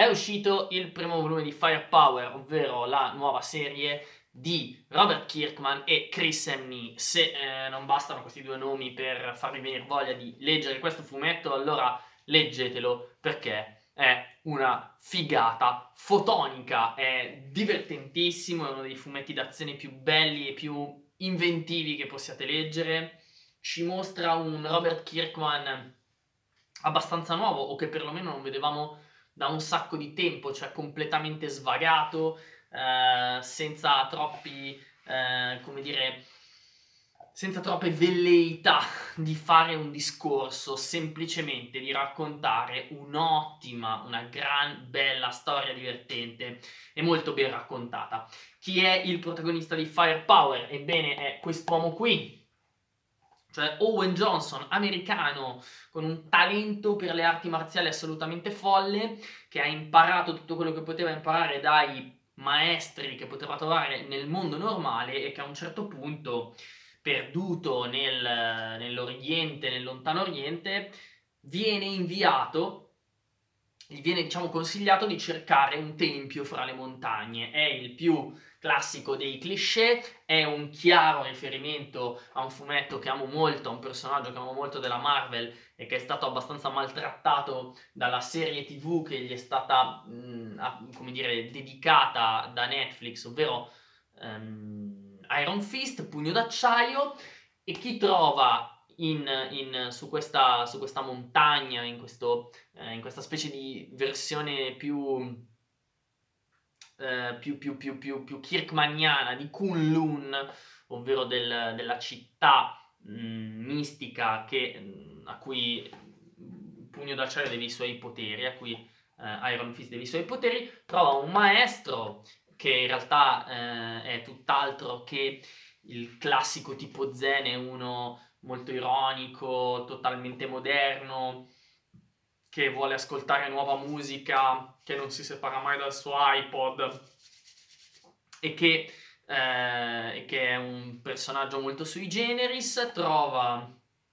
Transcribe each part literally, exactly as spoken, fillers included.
è uscito il primo volume di Firepower, ovvero la nuova serie di Robert Kirkman e Chris Samnee. Se eh, non bastano questi due nomi per farvi venire voglia di leggere questo fumetto, allora leggetelo, perché è una figata fotonica, è divertentissimo, è uno dei fumetti d'azione più belli e più inventivi che possiate leggere. Ci mostra un Robert Kirkman abbastanza nuovo, o che perlomeno non vedevamo da un sacco di tempo, cioè completamente svagato, eh, senza troppi, eh, come dire, senza troppe velleità di fare un discorso, semplicemente di raccontare un'ottima, una gran bella storia divertente e molto ben raccontata. Chi è il protagonista di Firepower? Ebbene, è quest'uomo qui, cioè Owen Johnson, americano, con un talento per le arti marziali assolutamente folle, che ha imparato tutto quello che poteva imparare dai maestri che poteva trovare nel mondo normale e che a un certo punto, perduto nel, nell'Oriente, nel lontano Oriente, viene inviato, gli viene diciamo consigliato di cercare un tempio fra le montagne. È il più classico dei cliché, è un chiaro riferimento a un fumetto che amo molto, a un personaggio che amo molto della Marvel e che è stato abbastanza maltrattato dalla serie tv che gli è stata mh, come dire, dedicata da Netflix, ovvero um, Iron Fist, Pugno d'acciaio. E chi trova in, in, su, questa, su questa montagna, in, questo, eh, in questa specie di versione più eh, più, più, più, più, più kirkmaniana di Kunlun, ovvero del, della città mh, mistica che, mh, a cui Pugno d'acciaio deve i suoi poteri, a cui eh, Iron Fist deve i suoi poteri, trova un maestro che in realtà eh, è tutt'altro che il classico tipo zen, è uno molto ironico, totalmente moderno, che vuole ascoltare nuova musica, che non si separa mai dal suo iPod e che, eh, e che è un personaggio molto sui generis. Trova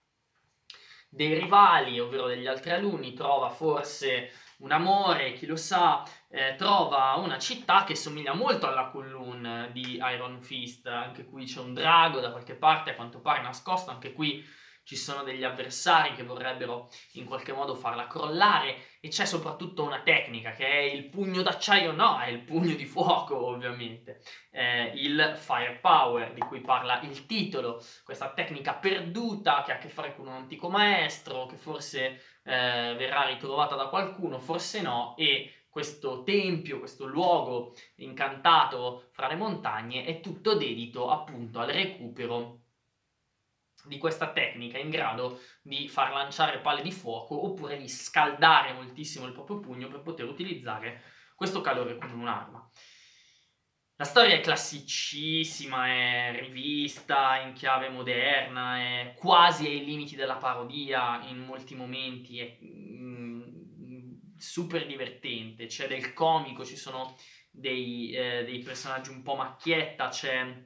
dei rivali, ovvero degli altri alunni, trova forse un amore, chi lo sa, eh, trova una città che somiglia molto alla Kunlun di Iron Fist. Anche qui c'è un drago da qualche parte, a quanto pare nascosto, anche qui ci sono degli avversari che vorrebbero in qualche modo farla crollare, e c'è soprattutto una tecnica che è il pugno d'acciaio, no, è il pugno di fuoco ovviamente, eh, il Firepower di cui parla il titolo, questa tecnica perduta che ha a che fare con un antico maestro, che forse eh, verrà ritrovata da qualcuno, forse no, e questo tempio, questo luogo incantato fra le montagne è tutto dedito appunto al recupero di questa tecnica in grado di far lanciare palle di fuoco oppure di scaldare moltissimo il proprio pugno per poter utilizzare questo calore come un'arma. La storia è classicissima, è rivista in chiave moderna, è quasi ai limiti della parodia in molti momenti, è mm, super divertente, c'è del comico, ci sono dei, eh, dei personaggi un po' macchietta, c'è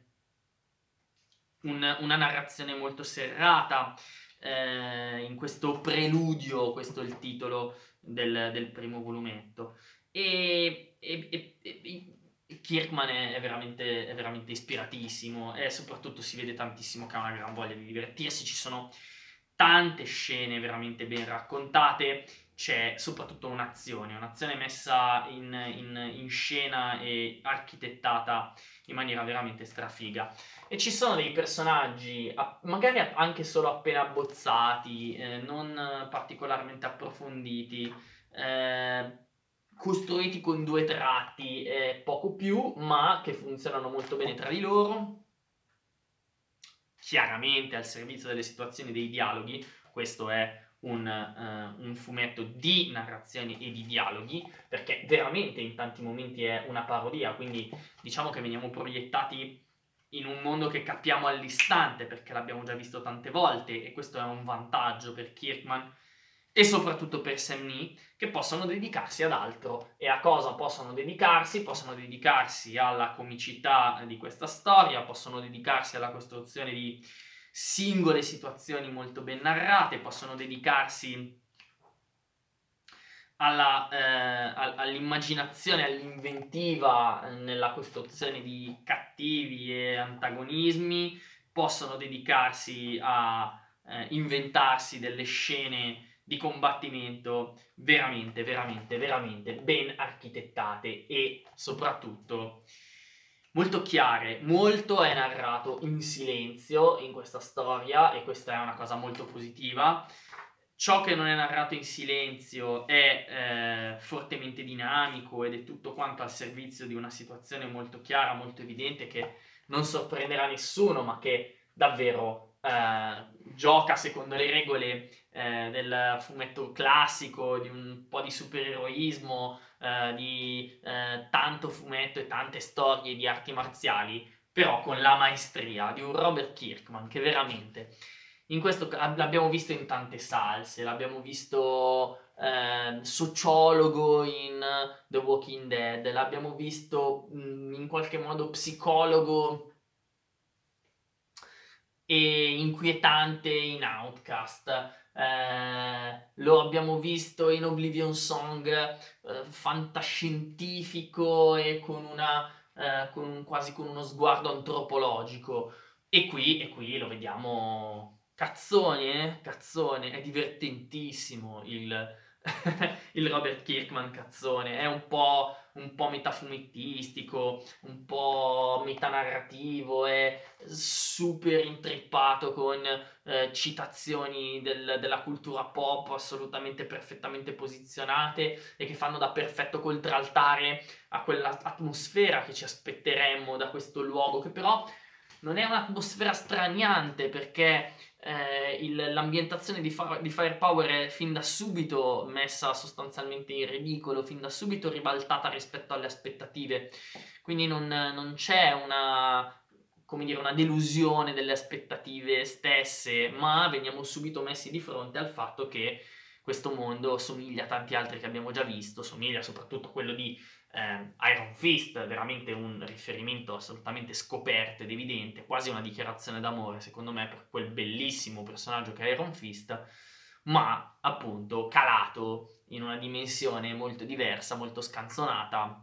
un, una narrazione molto serrata, eh, in questo preludio, questo è il titolo del, del primo volumetto. E, e, e, e Kirkman è, è, veramente, è veramente ispiratissimo, e soprattutto si vede tantissimo che ha una gran voglia di divertirsi. Ci sono tante scene veramente ben raccontate, c'è soprattutto un'azione, un'azione messa in, in, in scena e architettata in maniera veramente strafiga. E ci sono dei personaggi, magari anche solo appena abbozzati, eh, non particolarmente approfonditi, eh, costruiti con due tratti e poco più, ma che funzionano molto bene tra di loro, chiaramente al servizio delle situazioni, dei dialoghi. Questo è un, uh, un fumetto di narrazioni e di dialoghi, perché veramente in tanti momenti è una parodia, quindi diciamo che veniamo proiettati in un mondo che capiamo all'istante perché l'abbiamo già visto tante volte, e questo è un vantaggio per Kirkman e soprattutto per Samnee, che possono dedicarsi ad altro. E a cosa possono dedicarsi? Possono dedicarsi alla comicità di questa storia, possono dedicarsi alla costruzione di singole situazioni molto ben narrate, possono dedicarsi alla, eh, all'immaginazione, all'inventiva nella costruzione di cattivi e antagonismi, possono dedicarsi a eh, inventarsi delle scene di combattimento veramente, veramente, veramente ben architettate e soprattutto molto chiare. Molto è narrato in silenzio in questa storia e questa è una cosa molto positiva. Ciò che non è narrato in silenzio è eh, fortemente dinamico ed è tutto quanto al servizio di una situazione molto chiara, molto evidente, che non sorprenderà nessuno, ma che davvero eh, gioca secondo le regole eh, del fumetto classico, di un po' di supereroismo, eh, di eh, tanto fumetto e tante storie di arti marziali, però con la maestria di un Robert Kirkman che veramente in questo l'abbiamo visto in tante salse, l'abbiamo visto eh, sociologo in The Walking Dead, l'abbiamo visto mh, in qualche modo psicologo e inquietante in Outcast. Eh, lo abbiamo visto in Oblivion Song, eh, fantascientifico e con una eh, con, quasi con uno sguardo antropologico. E qui, e qui lo vediamo cazzone, eh? Cazzone, è divertentissimo il, il Robert Kirkman cazzone, è un po', un po' metafumettistico, un po' metanarrativo, è super intrippato con eh, citazioni del- della cultura pop assolutamente perfettamente posizionate e che fanno da perfetto contraltare a quella atmosfera che ci aspetteremmo da questo luogo, che però non è un'atmosfera straniante perché eh, il- l'ambientazione di, Fire, di Firepower è fin da subito messa sostanzialmente in ridicolo, fin da subito ribaltata rispetto alle aspettative. Quindi non, non c'è una, come dire, una delusione delle aspettative stesse, ma veniamo subito messi di fronte al fatto che questo mondo somiglia a tanti altri che abbiamo già visto, somiglia soprattutto a quello di eh, Iron Fist, veramente un riferimento assolutamente scoperto ed evidente, quasi una dichiarazione d'amore secondo me per quel bellissimo personaggio che è Iron Fist, ma appunto calato in una dimensione molto diversa, molto scanzonata.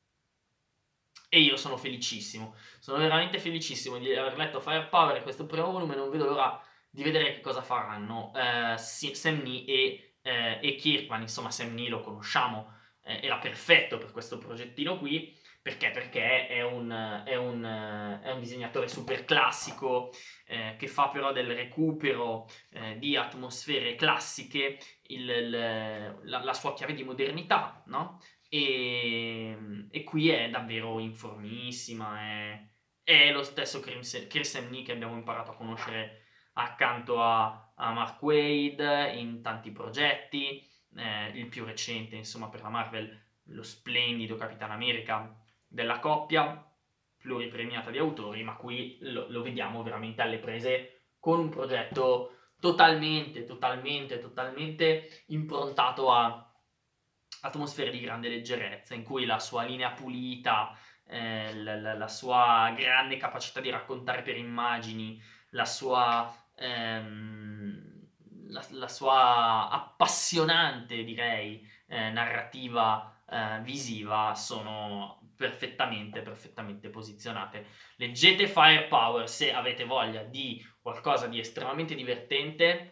E io sono felicissimo, sono veramente felicissimo di aver letto Firepower, questo primo volume, non vedo l'ora di vedere che cosa faranno eh, Sam Neill e, eh, e Kirkman. Insomma, Sam Neill lo conosciamo, eh, era perfetto per questo progettino qui, perché? Perché è un, è un, eh, è un disegnatore super classico, eh, che fa però del recupero eh, di atmosfere classiche il, il- la, la sua chiave di modernità, no? E, e qui è davvero informissima, è, è lo stesso Chris, Chris M. Lee che abbiamo imparato a conoscere accanto a, a Mark Waid in tanti progetti, eh, il più recente insomma per la Marvel, lo splendido Capitan America della coppia, pluripremiata di autori, ma qui lo, lo vediamo veramente alle prese con un progetto totalmente, totalmente, totalmente improntato a atmosfere di grande leggerezza, in cui la sua linea pulita, eh, la, la- la sua grande capacità di raccontare per immagini, la sua, ehm, la, la sua appassionante, direi, eh, narrativa eh, visiva sono perfettamente, perfettamente posizionate. Leggete Firepower se avete voglia di qualcosa di estremamente divertente.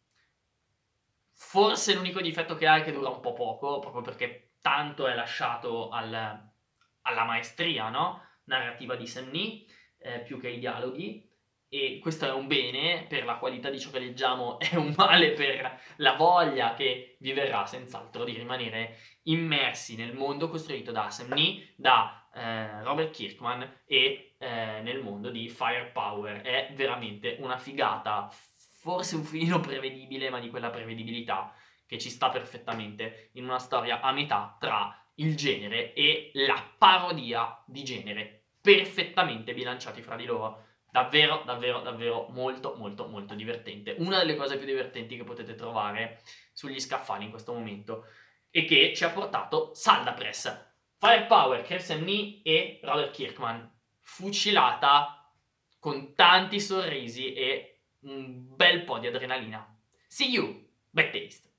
Forse l'unico difetto che ha è che dura un po' poco, proprio perché tanto è lasciato al- alla maestria, no? Narrativa di Sam Neill, eh, più che ai dialoghi. E questo è un bene per la qualità di ciò che leggiamo, è un male per la voglia che vi verrà senz'altro di rimanere immersi nel mondo costruito da Sam Neill, da eh, Robert Kirkman e eh, nel mondo di Firepower. È veramente una figata, forse un filino prevedibile, ma di quella prevedibilità che ci sta perfettamente in una storia a metà tra il genere e la parodia di genere, perfettamente bilanciati fra di loro. Davvero, davvero, davvero molto, molto, molto divertente. Una delle cose più divertenti che potete trovare sugli scaffali in questo momento e che ci ha portato Salda Press. Firepower, Kirsten Nee e Robert Kirkman. Fucilata con tanti sorrisi e un bel po' di adrenalina. See you, bad taste.